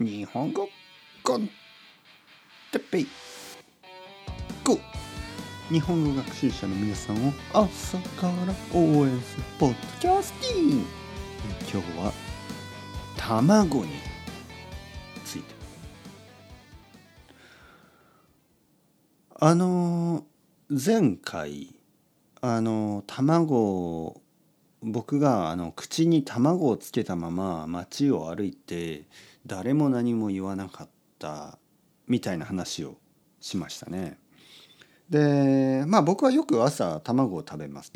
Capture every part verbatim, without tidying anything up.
日本語コンテッペイゴー。日本語学習者の皆さんを朝から応援するポッドキャスティング。今日は卵について。あの前回あの卵僕があの口に卵をつけたまま街を歩いて誰も何も言わなかったみたいな話をしましたね。でまあ僕はよく朝卵を食べますね。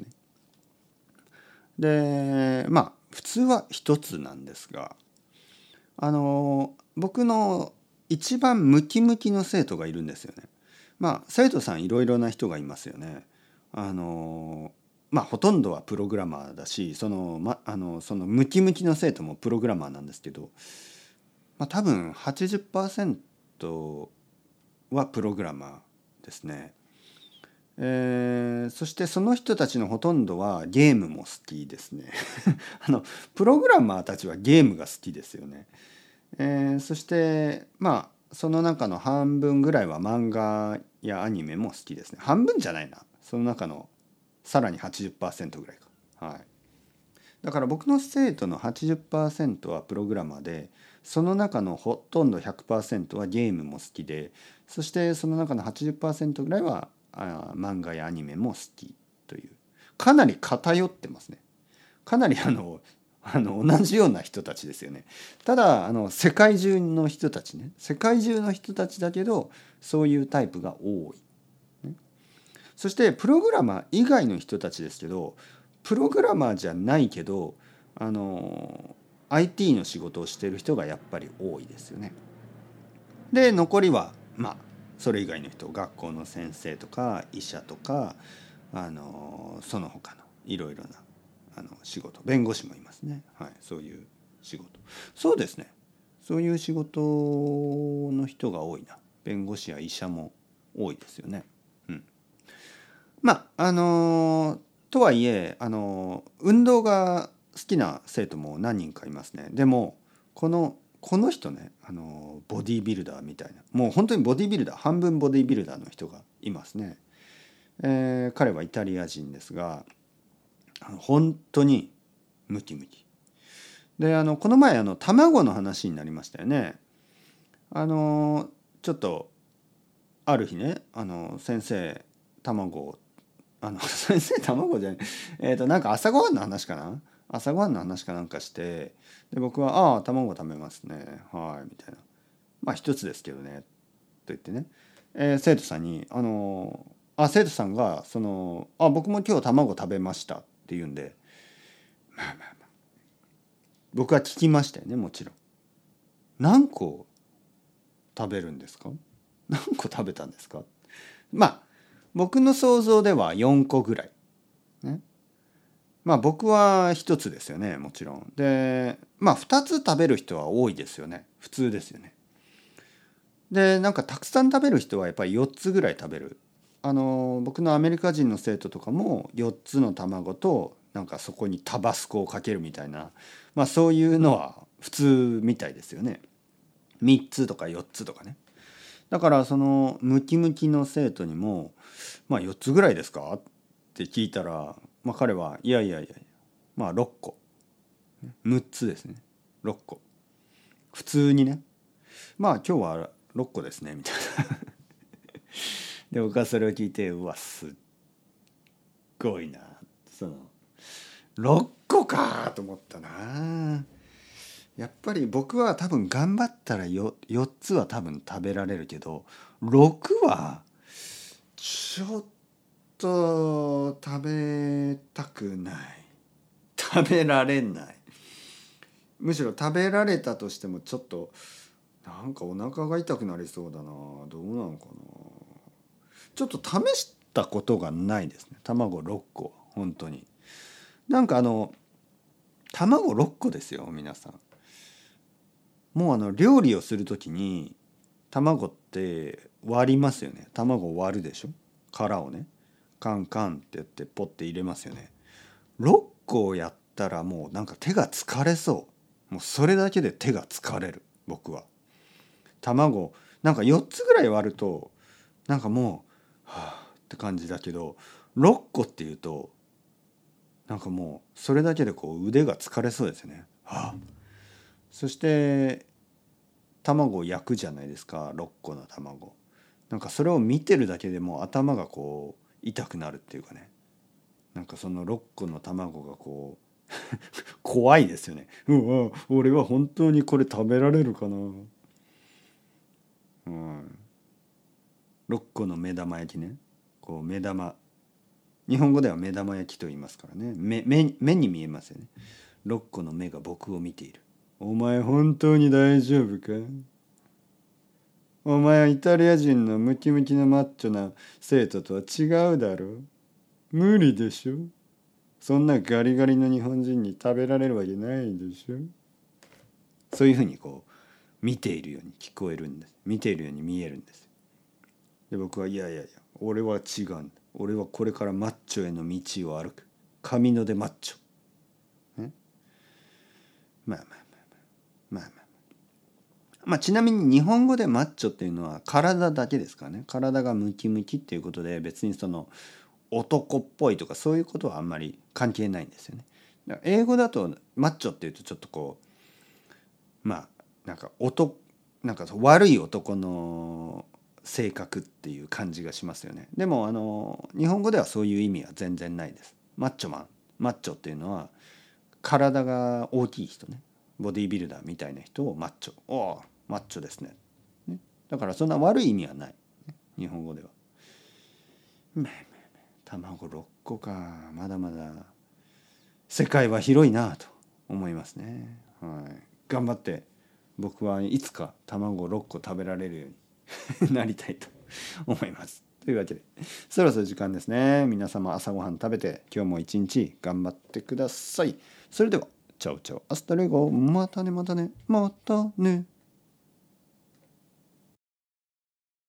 でまあ普通は一つなんですが、あの僕の一番ムキムキの生徒がいるんですよね。まあ生徒さんいろいろな人がいますよね。あのまあほとんどはプログラマーだし、そのまあのそのムキムキの生徒もプログラマーなんですけど、まあ多分 はちじゅっパーセント はプログラマーですね。えー、そしてその人たちのほとんどはゲームも好きですね。あのプログラマーたちはゲームが好きですよね。えー、そしてまあその中の半分ぐらいは漫画やアニメも好きですね。半分じゃないな。その中のさらに はちじゅっパーセント ぐらいか。はい。だから僕の生徒の はちじゅっパーセント はプログラマーで、その中のほとんど ひゃくパーセント はゲームも好きで、そしてその中の はちじゅっパーセント ぐらいはあ漫画やアニメも好きという、かなり偏ってますね。かなりあのあの同じような人たちですよね。ただあの世界中の人たちね、世界中の人たちだけどそういうタイプが多い。そしてプログラマー以外の人たちですけど、プログラマーじゃないけどあの アイティー の仕事をしている人がやっぱり多いですよね。で残りはまあそれ以外の人、学校の先生とか医者とかあのその他のいろいろなあの仕事、弁護士もいますね。はい、そういう仕事、そうですね、そういう仕事の人が多いな。弁護士や医者も多いですよね。うん。まああのとはいえあの運動が好きな生徒も何人かいますね。でもこのこの人ね、あのボディービルダーみたいな、もう本当にボディービルダー、半分ボディービルダーの人がいますね。えー、彼はイタリア人ですが、あの本当にムキムキで、あのこの前あの卵の話になりましたよね。あのちょっとある日ね、あの先生卵をあの先生卵じゃない、えっとなんか朝ごはんの話かな、朝ごはんの話かなんかして、で僕は「ああ卵食べますね、はい」みたいな、まあ一つですけどねと言ってね、えー生徒さんにあのあ生徒さんがその「あ僕も今日卵食べました」って言うんで、まあまあまあ僕は聞きましたよね、もちろん。何個食べるんですか、何個食べたんですか。まあ僕の想像ではよんこぐらいね。まあ僕はひとつですよね、もちろん。でまあふたつ食べる人は多いですよね、普通ですよね。でなんかたくさん食べる人はやっぱりよっつぐらい食べる。あの僕のアメリカ人の生徒とかもよっつの卵となんかそこにタバスコをかけるみたいな、まあそういうのは普通みたいですよね。みっつとかよっつとかね。だからそのムキムキの生徒にも「まあよっつぐらいですか?」って聞いたら、まあ、彼はいやいやいやまあろっこ、むっつですね、ろっこ、普通にね、まあ今日はろっこですねみたいな。で僕はそれを聞いて、うわすっごいな、そのろっこかと思ったな。やっぱり僕は多分頑張ったら よ, よっつは多分食べられるけどろくはちょっと食べたくない、食べられない。むしろ食べられたとしてもちょっとなんかお腹が痛くなりそうだな、どうなのかな。ちょっと試したことがないですね、卵ろっこは。本当になんかあの卵ろっこですよ皆さん。もうあの料理をするときに卵って割りますよね。卵を割るでしょ、殻をね、カンカンってやってポッて入れますよね。ろっこをやったらもうなんか手が疲れそう。もうそれだけで手が疲れる僕は。 卵なんかよっつぐらい割るとなんかもうはあって感じだけど、ろっこっていうとなんかもうそれだけでこう腕が疲れそうですよね。はあ、そして卵を焼くじゃないですか、ろっこの卵。なんかそれを見てるだけでもう頭がこう痛くなるっていうかね、なんかそのろっこの卵がこう怖いですよね。うわ俺は本当にこれ食べられるかな。うん、ろっこの目玉焼きね、こう目玉、日本語では目玉焼きと言いますからね。目、目、目に見えますよね。ろっこの目が僕を見ている。お前本当に大丈夫か。お前はイタリア人のムキムキのマッチョな生徒とは違うだろう。無理でしょ。そんなガリガリの日本人に食べられるわけないでしょ。そういうふうにこう見ているように聞こえるんです。見ているように見えるんです。で僕はいやいやいや、俺は違うんだ。俺はこれからマッチョへの道を歩く。神の出マッチョ。ね、まあまあまあまあまあまあ。まあちなみに日本語でマッチョっていうのは体だけですからね。体がムキムキっていうことで、別にその男っぽいとかそういうことはあんまり関係ないんですよね。英語だとマッチョっていうとちょっとこうまあなんか男なんか悪い男の性格っていう感じがしますよね。でもあの日本語ではそういう意味は全然ないです。マッチョマン、マッチョっていうのは体が大きい人ね、ボディービルダーみたいな人をマッチョ、おおマッチョですね。ね、だからそんな悪い意味はない、日本語では。卵ろっこか、まだまだ世界は広いなと思いますね。はい、頑張って僕はいつか卵ろっこ食べられるようになりたいと思います。というわけでそろそろ時間ですね。皆様朝ごはん食べて今日も一日頑張ってください。それではチャオチャオアスタレゴ、またねまたねまたね。